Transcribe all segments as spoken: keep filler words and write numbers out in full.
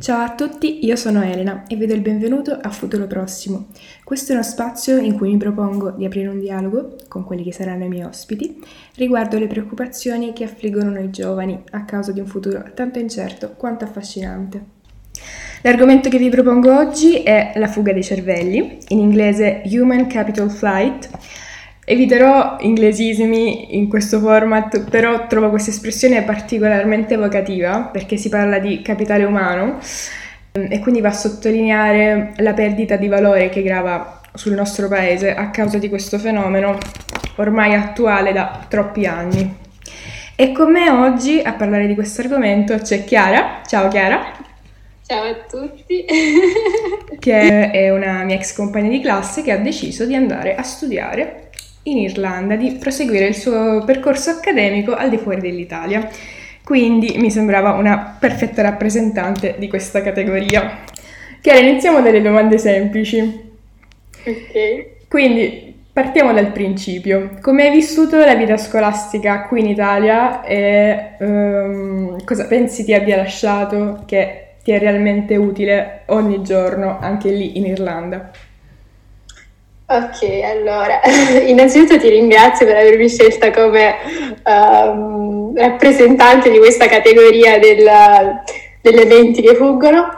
Ciao a tutti, io sono Elena e vi do il benvenuto a Futuro Prossimo. Questo è uno spazio in cui mi propongo di aprire un dialogo con quelli che saranno i miei ospiti riguardo le preoccupazioni che affliggono noi giovani a causa di un futuro tanto incerto quanto affascinante. L'argomento che vi propongo oggi è la fuga dei cervelli, in inglese Human Capital Flight. Eviterò inglesismi in questo format, però trovo questa espressione particolarmente evocativa perché si parla di capitale umano e quindi va a sottolineare la perdita di valore che grava sul nostro paese a causa di questo fenomeno ormai attuale da troppi anni. E con me oggi a parlare di questo argomento c'è Chiara. Ciao Chiara. Ciao a tutti. Che è una mia ex compagna di classe che ha deciso di andare a studiare in Irlanda, di proseguire il suo percorso accademico al di fuori dell'Italia. Quindi mi sembrava una perfetta rappresentante di questa categoria. Chiara, iniziamo dalle domande semplici. Ok. Quindi partiamo dal principio. Come hai vissuto la vita scolastica qui in Italia e um, cosa pensi ti abbia lasciato che ti è realmente utile ogni giorno anche lì in Irlanda? Ok, allora, innanzitutto ti ringrazio per avermi scelta come um, rappresentante di questa categoria del, delle menti che fuggono.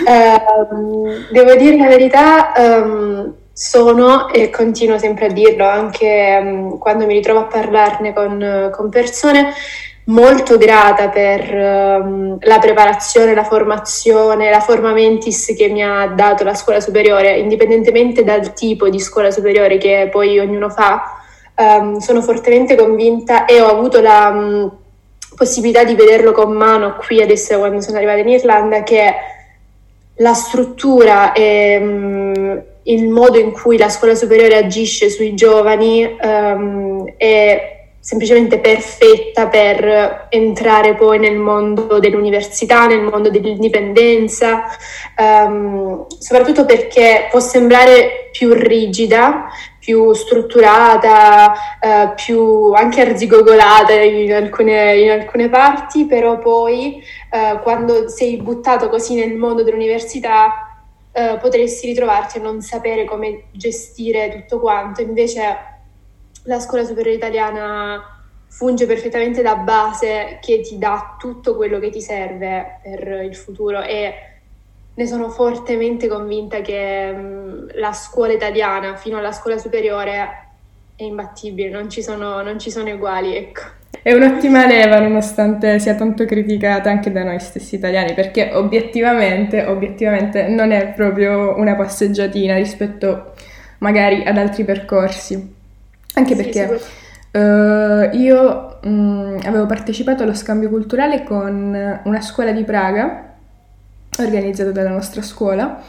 Um, devo dire la verità, um, sono, e continuo sempre a dirlo anche um, quando mi ritrovo a parlarne con, con persone, molto grata per um, la preparazione, la formazione, la forma mentis che mi ha dato la scuola superiore, indipendentemente dal tipo di scuola superiore che poi ognuno fa. Um, sono fortemente convinta e ho avuto la um, possibilità di vederlo con mano qui adesso quando sono arrivata in Irlanda, che la struttura e um, il modo in cui la scuola superiore agisce sui giovani um, è semplicemente perfetta per entrare poi nel mondo dell'università, nel mondo dell'indipendenza, um, soprattutto perché può sembrare più rigida, più strutturata, uh, più anche arzigogolata in alcune, in alcune parti, però poi uh, quando sei buttato così nel mondo dell'università uh, potresti ritrovarti a non sapere come gestire tutto quanto. Invece la scuola superiore italiana funge perfettamente da base, che ti dà tutto quello che ti serve per il futuro, e ne sono fortemente convinta che mh, la scuola italiana fino alla scuola superiore è imbattibile, non ci sono, non ci sono uguali, ecco. È un'ottima leva nonostante sia tanto criticata anche da noi stessi italiani, perché obiettivamente, obiettivamente non è proprio una passeggiatina rispetto magari ad altri percorsi. Anche Sì, perché uh, io mh, avevo partecipato allo scambio culturale con una scuola di Praga, organizzata dalla nostra scuola,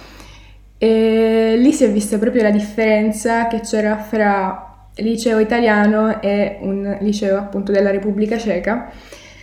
e lì si è vista proprio la differenza che c'era fra liceo italiano e un liceo appunto della Repubblica Ceca,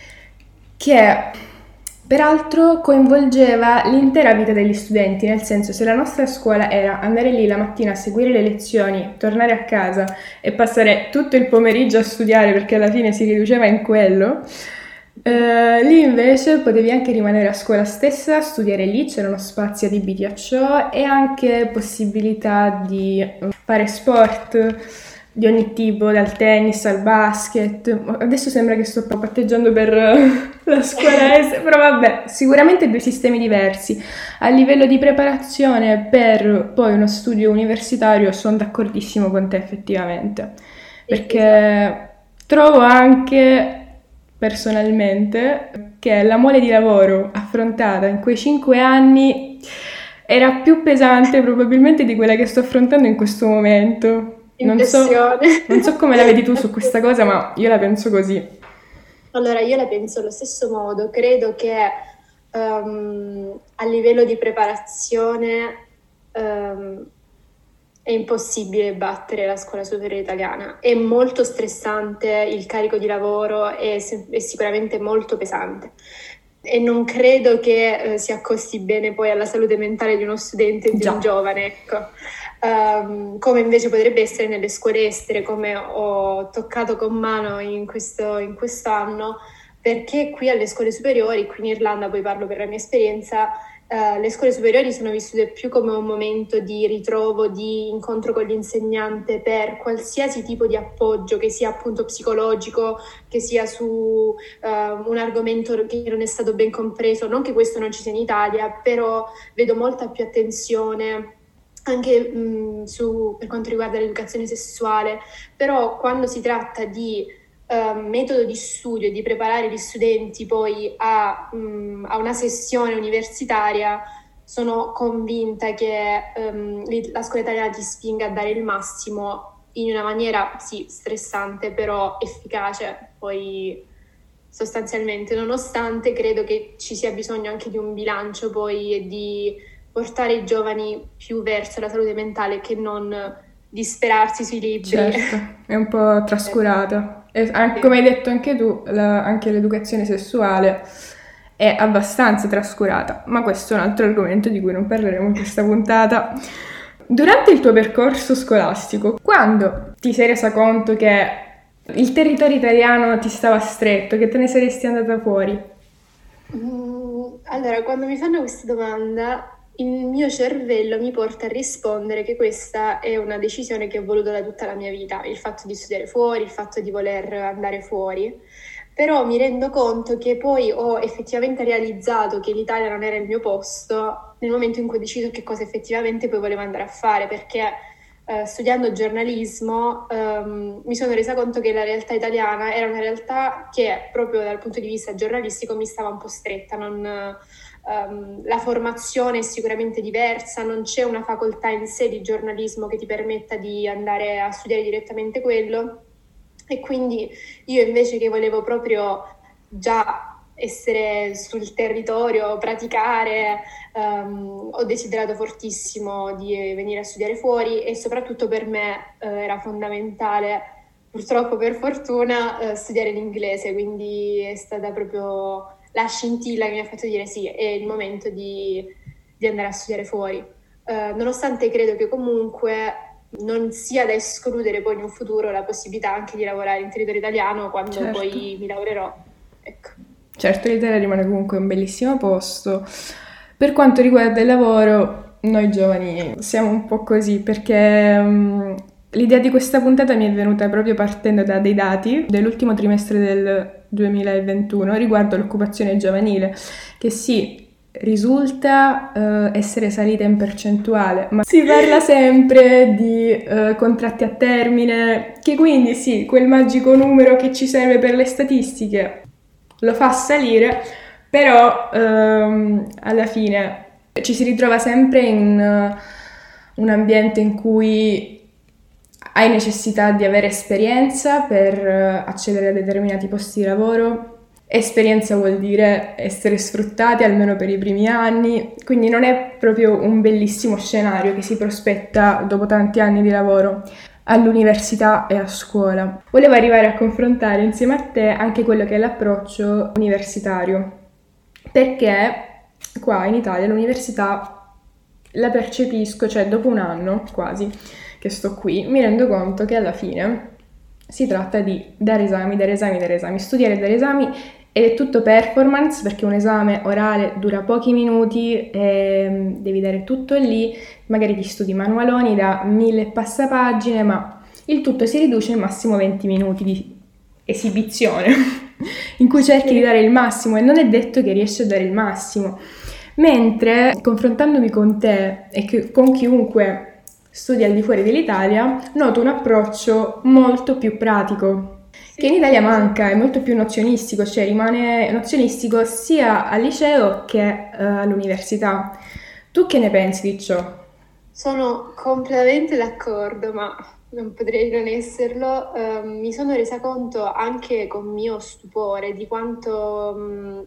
che peraltro coinvolgeva l'intera vita degli studenti, nel senso, se la nostra scuola era andare lì la mattina a seguire le lezioni, tornare a casa e passare tutto il pomeriggio a studiare perché alla fine si riduceva in quello, eh, lì invece potevi anche rimanere a scuola stessa, studiare lì, c'erano spazi adibiti a ciò e anche possibilità di fare sport di ogni tipo, dal tennis al basket. Adesso sembra che sto patteggiando per la scuola est, però vabbè, sicuramente due sistemi diversi. A livello di preparazione per poi uno studio universitario sono d'accordissimo con te effettivamente, perché trovo anche personalmente che la mole di lavoro affrontata in quei cinque anni era più pesante probabilmente di quella che sto affrontando in questo momento. Non so, non so come la vedi tu su questa cosa, ma io la penso così. Allora, io la penso allo stesso modo. Credo che um, a livello di preparazione um, è impossibile battere la scuola superiore italiana. È molto stressante, il carico di lavoro è, è sicuramente molto pesante. E non credo che eh, si accosti bene poi alla salute mentale di uno studente, di Già. un giovane, ecco. Um, come invece potrebbe essere nelle scuole estere, come ho toccato con mano in questo in quest'anno. perché qui alle scuole superiori, qui in Irlanda, poi parlo per la mia esperienza, Uh, le scuole superiori sono vissute più come un momento di ritrovo, di incontro con l'insegnante per qualsiasi tipo di appoggio, che sia appunto psicologico, che sia su uh, un argomento che non è stato ben compreso. Non che questo non ci sia in Italia, però vedo molta più attenzione anche mh, su, per quanto riguarda l'educazione sessuale. Però quando si tratta di Uh, metodo di studio, di preparare gli studenti poi a, um, a una sessione universitaria, sono convinta che um, la scuola italiana ti spinga a dare il massimo in una maniera, sì, stressante, però efficace. Poi sostanzialmente, nonostante credo che ci sia bisogno anche di un bilancio poi e di portare i giovani più verso la salute mentale che non disperarsi sui libri. Certo, è un po' trascurata. E anche, come hai detto anche tu, la, anche l'educazione sessuale è abbastanza trascurata, ma questo è un altro argomento di cui non parleremo in questa puntata. Durante il tuo percorso scolastico, quando ti sei resa conto che il territorio italiano ti stava stretto, che te ne saresti andata fuori? Mm, allora, quando mi fanno questa domanda, il mio cervello mi porta a rispondere che questa è una decisione che ho voluto da tutta la mia vita, il fatto di studiare fuori, il fatto di voler andare fuori. Però mi rendo conto che poi ho effettivamente realizzato che l'Italia non era il mio posto nel momento in cui ho deciso che cosa effettivamente poi volevo andare a fare, perché eh, studiando giornalismo ehm, mi sono resa conto che la realtà italiana era una realtà che proprio dal punto di vista giornalistico mi stava un po' stretta, non... Um, la formazione è sicuramente diversa, non c'è una facoltà in sé di giornalismo che ti permetta di andare a studiare direttamente quello, e quindi io invece che volevo proprio già essere sul territorio, praticare, um, ho desiderato fortissimo di venire a studiare fuori, e soprattutto per me uh, era fondamentale, purtroppo per fortuna, uh, studiare l'inglese, quindi è stata proprio la scintilla che mi ha fatto dire sì, è il momento di, di andare a studiare fuori. Uh, nonostante credo che comunque non sia da escludere poi in un futuro la possibilità anche di lavorare in territorio italiano quando certo. poi mi laureerò. Ecco. Certo, l'Italia rimane comunque un bellissimo posto. Per quanto riguarda il lavoro, noi giovani siamo un po' così, perché um, l'idea di questa puntata mi è venuta proprio partendo da dei dati dell'ultimo trimestre del duemilaventuno riguardo l'occupazione giovanile, che sì, risulta uh, essere salita in percentuale, ma si parla sempre di uh, contratti a termine, che quindi sì, quel magico numero che ci serve per le statistiche lo fa salire, però um, alla fine ci si ritrova sempre in uh, un ambiente in cui hai necessità di avere esperienza per accedere a determinati posti di lavoro. Esperienza vuol dire essere sfruttati almeno per i primi anni, quindi non è proprio un bellissimo scenario che si prospetta dopo tanti anni di lavoro all'università e a scuola. Volevo arrivare a confrontare insieme a te anche quello che è l'approccio universitario, perché qua in Italia l'università la percepisco, cioè dopo un anno quasi che sto qui, mi rendo conto che alla fine si tratta di dare esami, dare esami, dare esami, studiare e dare esami, ed è tutto performance, perché un esame orale dura pochi minuti e devi dare tutto lì, magari ti studi manualoni da mille passapagine, ma il tutto si riduce in massimo venti minuti di esibizione in cui cerchi di dare il massimo, e non è detto che riesci a dare il massimo. Mentre, confrontandomi con te e che, con chiunque studia al di fuori dell'Italia, noto un approccio molto più pratico, sì, che in Italia manca, è molto più nozionistico, cioè rimane nozionistico sia al liceo che uh, all'università. Tu che ne pensi di ciò? Sono completamente d'accordo, ma non potrei non esserlo. Uh, mi sono resa conto anche con mio stupore di quanto um,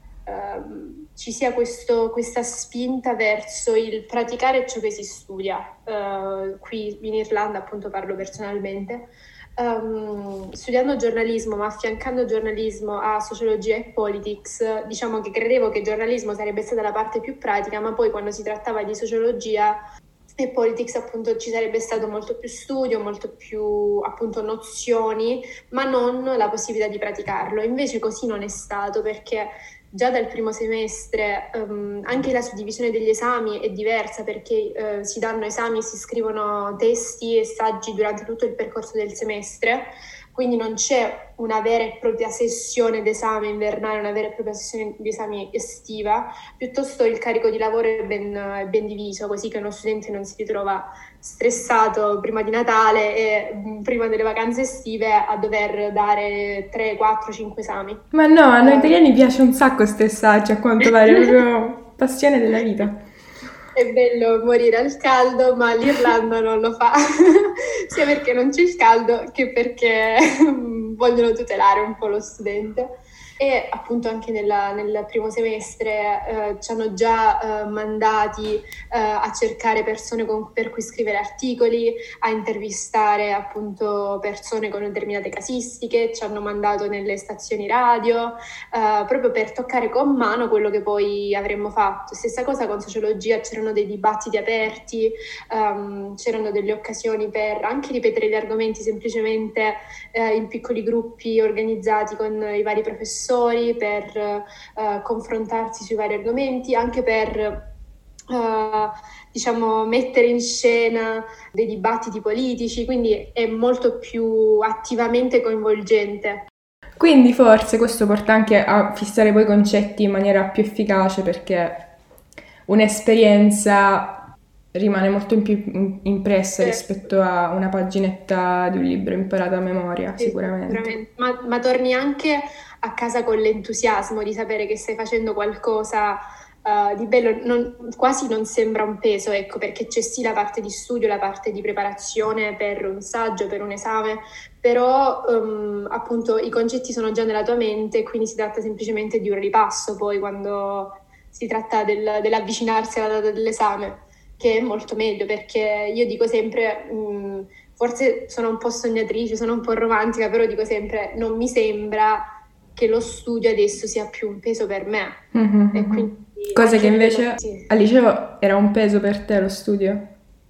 uh, ci sia questo, questa spinta verso il praticare ciò che si studia. Uh, qui in Irlanda, appunto, parlo personalmente, um, studiando giornalismo, ma affiancando giornalismo a sociologia e politics, diciamo che credevo che giornalismo sarebbe stata la parte più pratica, ma poi quando si trattava di sociologia e Politics appunto ci sarebbe stato molto più studio, molto più appunto nozioni, ma non la possibilità di praticarlo. Invece così non è stato, perché già dal primo semestre um, anche la suddivisione degli esami è diversa, perché uh, si danno esami e si scrivono testi e saggi durante tutto il percorso del semestre, quindi non c'è una vera e propria sessione d'esame invernale, una vera e propria sessione di esami estiva, piuttosto il carico di lavoro è ben, è ben diviso, così che uno studente non si ritrova stressato prima di Natale e mh, prima delle vacanze estive a dover dare tre, quattro, cinque esami. Ma no, a noi italiani piace un sacco stressarci, a quanto pare, è proprio passione della vita. È bello morire al caldo, ma l'Irlanda non lo fa, sia perché non c'è il caldo che perché vogliono tutelare un po' lo studente. E appunto anche nella, nel primo semestre eh, ci hanno già eh, mandati eh, a cercare persone con, per cui scrivere articoli, a intervistare appunto persone con determinate casistiche, ci hanno mandato nelle stazioni radio eh, proprio per toccare con mano quello che poi avremmo fatto. Stessa cosa con sociologia, c'erano dei dibattiti aperti, um, c'erano delle occasioni per anche ripetere gli argomenti semplicemente eh, in piccoli gruppi organizzati con i vari professori, per uh, confrontarsi sui vari argomenti, anche per uh, diciamo mettere in scena dei dibattiti politici, quindi è molto più attivamente coinvolgente. Quindi forse questo porta anche a fissare poi i concetti in maniera più efficace, perché un'esperienza rimane molto in più impressa rispetto a una paginetta di un libro imparata a memoria, sì, sicuramente. sicuramente. Ma, ma torni anche a casa con l'entusiasmo di sapere che stai facendo qualcosa uh, di bello, non, quasi non sembra un peso, ecco, perché c'è sì la parte di studio, la parte di preparazione per un saggio, per un esame, però um, appunto i concetti sono già nella tua mente, quindi si tratta semplicemente di un ripasso poi quando si tratta del, dell'avvicinarsi alla data dell'esame, che è molto meglio, perché io dico sempre... Um, forse sono un po' sognatrice, sono un po' romantica, però dico sempre non mi sembra che lo studio adesso sia più un peso per me. Mm-hmm. E quindi cosa che invece non... sì. al liceo era un peso per te lo studio?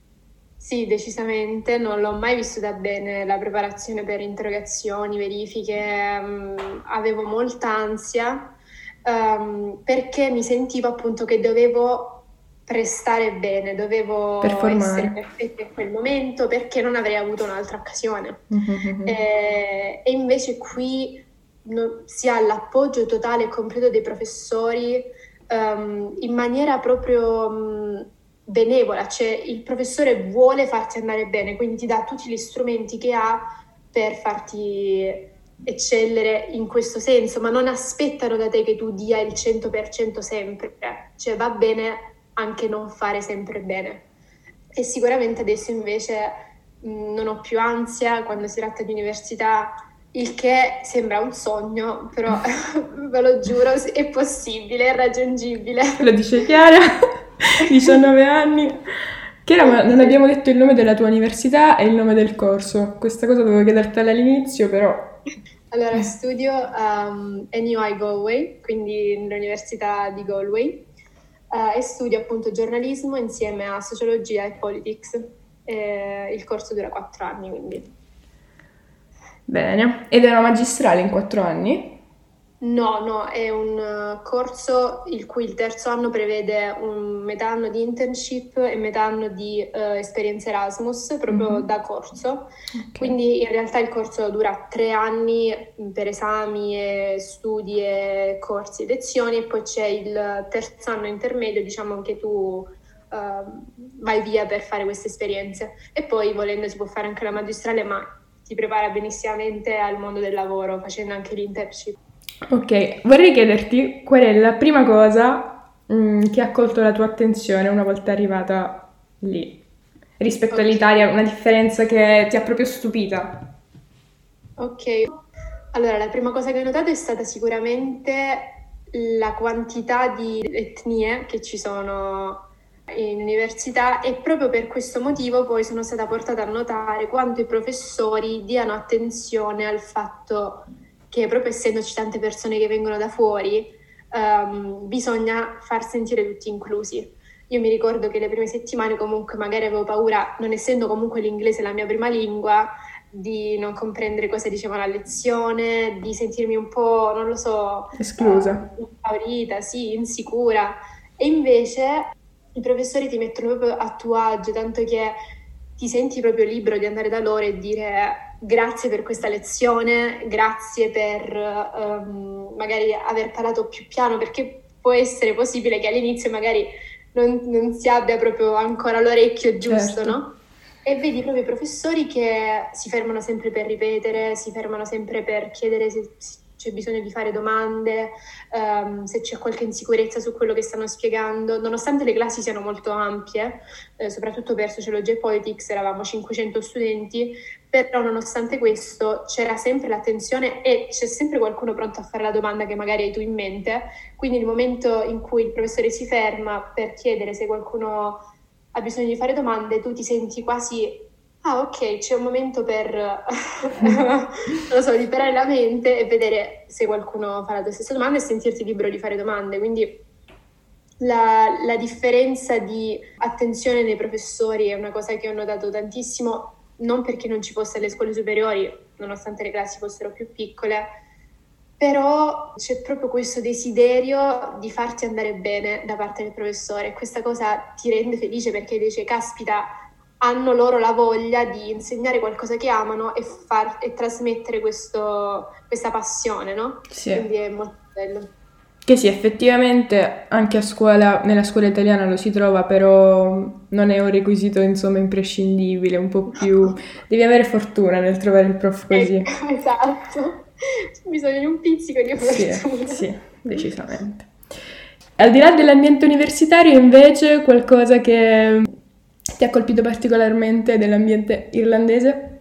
Sì, decisamente, non l'ho mai vissuta bene la preparazione per interrogazioni, verifiche, um, avevo molta ansia um, perché mi sentivo appunto che dovevo prestare bene, dovevo essere perfetta in quel momento perché non avrei avuto un'altra occasione. Mm-hmm. E, e invece qui no, si ha l'appoggio totale e completo dei professori um, in maniera proprio um, benevola, cioè il professore vuole farti andare bene, quindi ti dà tutti gli strumenti che ha per farti eccellere in questo senso, ma non aspettano da te che tu dia il cento per cento sempre, cioè va bene anche non fare sempre bene. E sicuramente adesso invece mh, non ho più ansia quando si tratta di università, il che sembra un sogno, però ve lo giuro è possibile, è raggiungibile. Lo dice Chiara, diciannove anni. Chiara, ma non abbiamo detto il nome della tua università e il nome del corso. Questa cosa dovevo chiedertela all'inizio, però... Allora, studio um, N U I Galway, quindi l'Università di Galway. Uh, e studio appunto giornalismo insieme a sociologia e politics. E il corso dura quattro anni, quindi. Bene. Ed è una magistrale in quattro anni? No, no, è un corso il cui il terzo anno prevede un metà anno di internship e metà anno di uh, esperienza Erasmus, proprio mm-hmm. da corso. Okay. Quindi in realtà il corso dura tre anni per esami e studi e corsi e lezioni, e poi c'è il terzo anno intermedio, diciamo che tu uh, vai via per fare queste esperienze. E poi volendo si può fare anche la magistrale, ma ti prepara benissimamente al mondo del lavoro facendo anche l'internship. Ok, vorrei chiederti qual è la prima cosa mh, che ha colto la tua attenzione una volta arrivata lì, rispetto okay. all'Italia, una differenza che ti ha proprio stupita. Ok, allora la prima cosa che ho notato è stata sicuramente la quantità di etnie che ci sono in università, e proprio per questo motivo poi sono stata portata a notare quanto i professori diano attenzione al fatto che proprio essendoci tante persone che vengono da fuori, um, bisogna far sentire tutti inclusi. io mi ricordo che le prime settimane comunque magari avevo paura, non essendo comunque l'inglese la mia prima lingua, di non comprendere cosa dicevano a lezione, di sentirmi un po', non lo so, Esclusa. uh, impaurita, sì, insicura. E invece i professori ti mettono proprio a tuo agio, tanto che ti senti proprio libero di andare da loro e dire grazie per questa lezione, grazie per um, magari aver parlato più piano, perché può essere possibile che all'inizio magari non, non si abbia proprio ancora l'orecchio giusto, Certo. no? E vedi proprio i professori che si fermano sempre per ripetere, si fermano sempre per chiedere se c'è bisogno di fare domande, um, se c'è qualche insicurezza su quello che stanno spiegando, nonostante le classi siano molto ampie, eh, soprattutto per Sociologia e Politics eravamo cinquecento studenti, però nonostante questo c'era sempre l'attenzione e c'è sempre qualcuno pronto a fare la domanda che magari hai tu in mente, quindi nel momento in cui il professore si ferma per chiedere se qualcuno ha bisogno di fare domande, tu ti senti quasi... Ah, ok, c'è un momento per, non lo so, liberare la mente e vedere se qualcuno fa la tua stessa domanda e sentirti libero di fare domande. Quindi la, la differenza di attenzione nei professori è una cosa che ho notato tantissimo, non perché non ci fosse alle scuole superiori, nonostante le classi fossero più piccole, però c'è proprio questo desiderio di farti andare bene da parte del professore e questa cosa ti rende felice perché dice, caspita, hanno loro la voglia di insegnare qualcosa che amano e, far, e trasmettere questo, questa passione, no? Sì. Quindi è molto bello. Che sì, effettivamente anche a scuola, nella scuola italiana lo si trova, però non è un requisito, insomma, imprescindibile, un po' più... Devi avere fortuna nel trovare il prof così. Ecco, esatto. C'è bisogno di un pizzico di fortuna. Sì, sì, decisamente. Al di là dell'ambiente universitario, invece, qualcosa che ti ha colpito particolarmente dell'ambiente irlandese?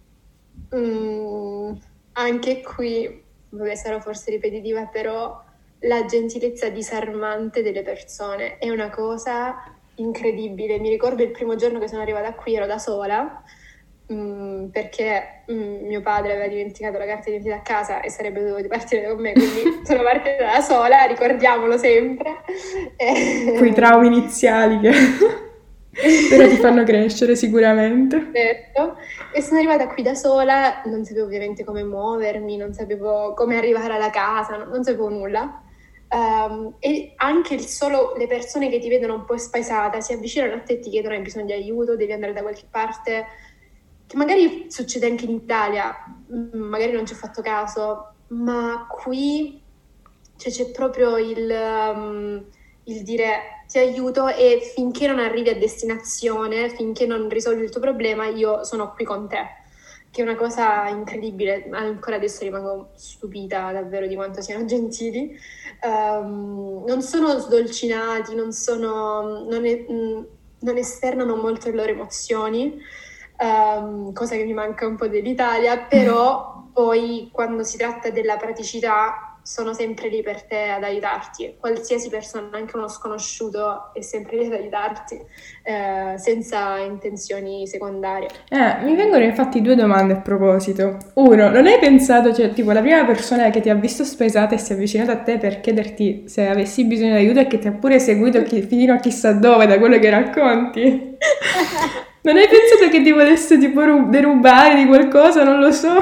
Mm, anche qui, vabbè, sarò forse ripetitiva, però la gentilezza disarmante delle persone è una cosa incredibile. Mi ricordo il primo giorno che sono arrivata qui, ero da sola, mm, perché mm, mio padre aveva dimenticato la carta d'identità a casa e sarebbe dovuto partire con me, quindi sono partita da sola, ricordiamolo sempre. Quei traumi iniziali che però ti fanno crescere sicuramente. Certo. E sono arrivata qui da sola, non sapevo ovviamente come muovermi, non sapevo come arrivare alla casa, non, non sapevo nulla. Um, e anche il solo le persone che ti vedono un po' spaesata si avvicinano a te e ti chiedono hai bisogno di aiuto, devi andare da qualche parte, che magari succede anche in Italia, magari non ci ho fatto caso, ma qui cioè, c'è proprio il, um, il dire ti aiuto e finché non arrivi a destinazione, finché non risolvi il tuo problema, io sono qui con te, che è una cosa incredibile. Ancora adesso rimango stupita davvero di quanto siano gentili. Um, non sono sdolcinati, non, sono, non, è, non esternano molto le loro emozioni, um, cosa che mi manca un po' dell'Italia, però poi quando si tratta della praticità sono sempre lì per te ad aiutarti, qualsiasi persona, anche uno sconosciuto, è sempre lì ad aiutarti, eh, senza intenzioni secondarie. Eh, mi vengono infatti due domande a proposito. Uno, non hai pensato, cioè, tipo, la prima persona che ti ha visto spesata e si è avvicinata a te per chiederti se avessi bisogno di aiuto e che ti ha pure seguito chi- fino a chissà dove, da quello che racconti? Non hai pensato che ti volesse tipo ru- derubare di qualcosa? Non lo so.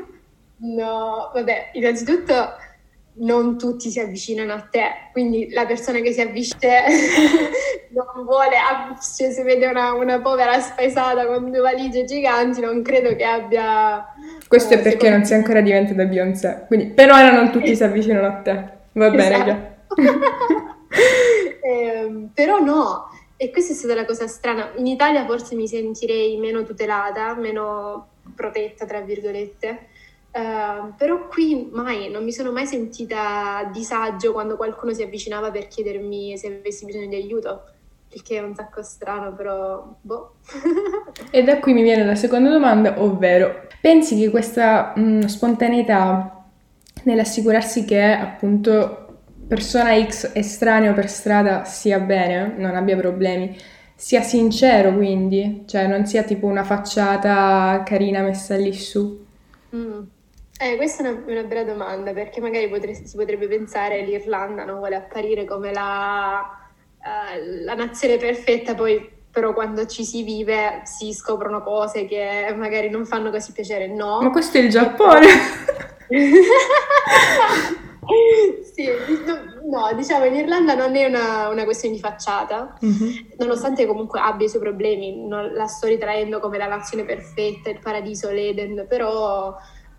No, vabbè, innanzitutto non tutti si avvicinano a te, quindi la persona che si avvicina non vuole, cioè se vede una, una povera spaesata con due valigie giganti, non credo che abbia... Questo eh, è perché secondo- non sei ancora diventata Beyoncé. Quindi, per ora non tutti si avvicinano a te. Va bene, già. Esatto. Ehm, però no, e questa è stata la cosa strana. In Italia forse mi sentirei meno tutelata, meno protetta, tra virgolette. Uh, però qui mai, non mi sono mai sentita a disagio quando qualcuno si avvicinava per chiedermi se avessi bisogno di aiuto, il che è un sacco strano, però boh. E da qui mi viene la seconda domanda, ovvero, pensi che questa mh, spontaneità nell'assicurarsi che appunto persona X estraneo per strada sia bene, non abbia problemi, sia sincero quindi, cioè non sia tipo una facciata carina messa lì su? Mm. Eh, questa è una, una bella domanda, perché magari potre- si potrebbe pensare che l'Irlanda non vuole apparire come la, uh, la nazione perfetta, poi però quando ci si vive si scoprono cose che magari non fanno così piacere, no. Ma questo è il Giappone! Sì, no, diciamo in Irlanda non è una, una questione di facciata, mm-hmm. nonostante comunque abbia i suoi problemi, non la sto ritraendo come la nazione perfetta, il paradiso, l'Eden, però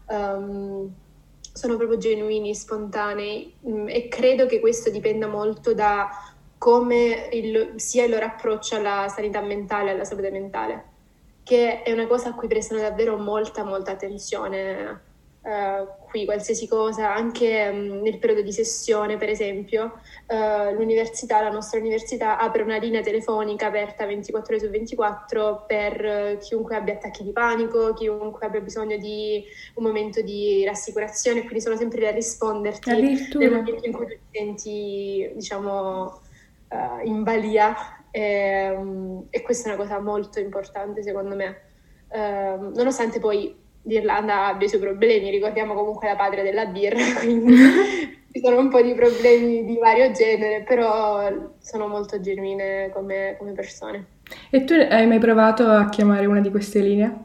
um, sono proprio genuini, spontanei um, e credo che questo dipenda molto da come il, sia il loro approccio alla sanità mentale, alla salute mentale, che è una cosa a cui prestano davvero molta, molta attenzione. Uh, qui qualsiasi cosa, anche um, nel periodo di sessione per esempio, uh, l'università, la nostra università apre una linea telefonica aperta ventiquattro ore su ventiquattro per uh, chiunque abbia attacchi di panico, chiunque abbia bisogno di un momento di rassicurazione, quindi sono sempre lì a risponderti nel momento in cui tu ti senti, diciamo, uh, in balia e, um, e questa è una cosa molto importante secondo me, uh, nonostante poi l'Irlanda abbia i suoi problemi, ricordiamo comunque la patria della birra, quindi ci sono un po' di problemi di vario genere, però sono molto genuine come, come persone. E tu hai mai provato a chiamare una di queste linee?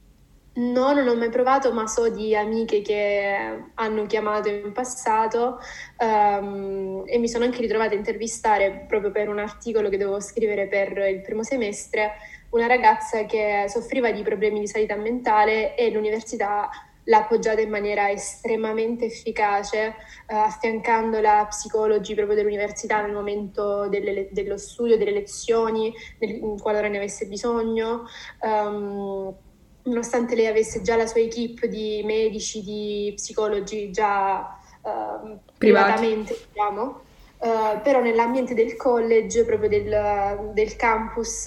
No, non ho mai provato, ma so di amiche che hanno chiamato in passato um, e mi sono anche ritrovata a intervistare proprio per un articolo che dovevo scrivere per il primo semestre una ragazza che soffriva di problemi di sanità mentale e l'università l'ha appoggiata in maniera estremamente efficace, uh, affiancandola a psicologi proprio dell'università nel momento delle, dello studio, delle lezioni, nel, qualora ne avesse bisogno. Um, nonostante lei avesse già la sua equipe di medici, di psicologi già uh, privatamente, diciamo, uh, però nell'ambiente del college, proprio del, del campus,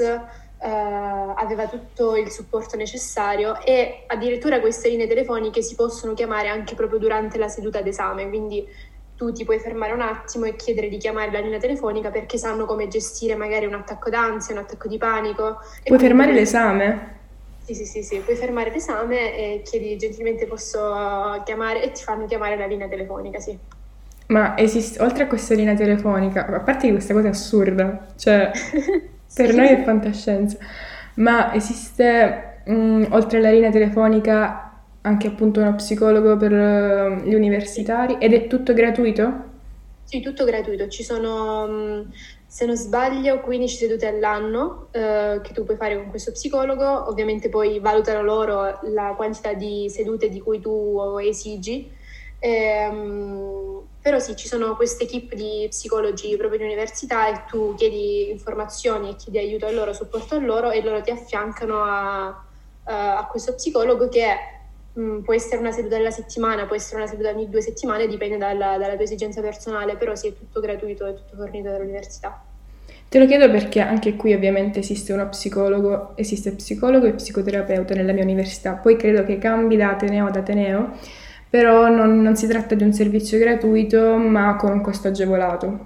Uh, aveva tutto il supporto necessario e addirittura queste linee telefoniche si possono chiamare anche proprio durante la seduta d'esame, quindi tu ti puoi fermare un attimo e chiedere di chiamare la linea telefonica perché sanno come gestire magari un attacco d'ansia, un attacco di panico. Puoi fermare puoi... l'esame? Sì, sì, sì, sì, puoi fermare l'esame e chiedi gentilmente posso chiamare e ti fanno chiamare la linea telefonica, sì. Ma esiste, oltre a questa linea telefonica, a parte che questa cosa è assurda, cioè... Per noi è fantascienza, ma esiste, mh, oltre alla linea telefonica, anche appunto uno psicologo per uh, gli universitari ed è tutto gratuito? Sì, tutto gratuito. Ci sono, mh, se non sbaglio, quindici sedute all'anno uh, che tu puoi fare con questo psicologo. Ovviamente poi valutano loro la quantità di sedute di cui tu esigi. E, um, però sì, ci sono queste equip di psicologi proprio di università e tu chiedi informazioni e chiedi aiuto a loro, supporto a loro e loro ti affiancano a, a, a questo psicologo che mh, può essere una seduta alla settimana, può essere una seduta ogni due settimane, dipende dalla, dalla tua esigenza personale, però sì, è tutto gratuito, è tutto fornito dall'università. Te lo chiedo perché anche qui ovviamente esiste uno psicologo, esiste psicologo e psicoterapeuta nella mia università, poi credo che cambi da ateneo ad ateneo, però non, non si tratta di un servizio gratuito ma con un costo agevolato,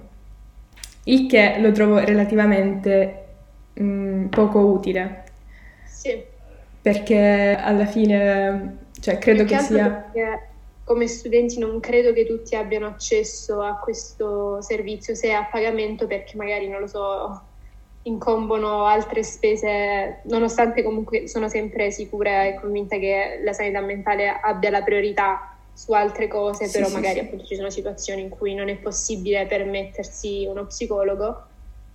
il che lo trovo relativamente mh, poco utile. Sì. Perché alla fine, cioè credo che sia... Perché come studenti non credo che tutti abbiano accesso a questo servizio, se è a pagamento, perché magari, non lo so, incombono altre spese, nonostante comunque sono sempre sicura e convinta che la sanità mentale abbia la priorità su altre cose, sì, però sì, magari sì. Appunto ci sono situazioni in cui non è possibile permettersi uno psicologo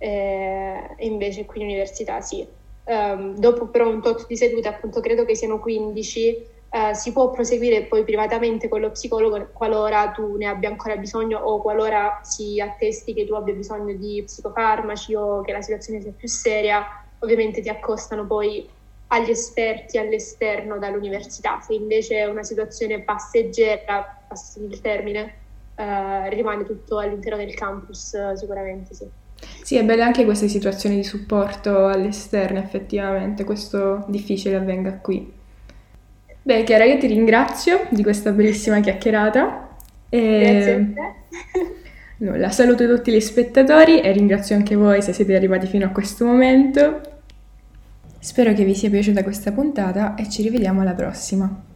eh, e invece qui in università sì. Um, dopo però un tot di sedute, appunto credo che siano quindici, uh, si può proseguire poi privatamente con lo psicologo qualora tu ne abbia ancora bisogno o qualora si attesti che tu abbia bisogno di psicofarmaci o che la situazione sia più seria. Ovviamente ti accostano poi agli esperti all'esterno dall'università. Se invece è una situazione passeggera, passami il termine, uh, rimane tutto all'interno del campus, uh, sicuramente sì. Sì, è bella anche queste situazioni di supporto all'esterno, effettivamente, questo difficile avvenga qui. Beh, Chiara, io ti ringrazio di questa bellissima chiacchierata. E... Grazie a te. Nulla, saluto tutti gli spettatori e ringrazio anche voi se siete arrivati fino a questo momento. Spero che vi sia piaciuta questa puntata e ci rivediamo alla prossima.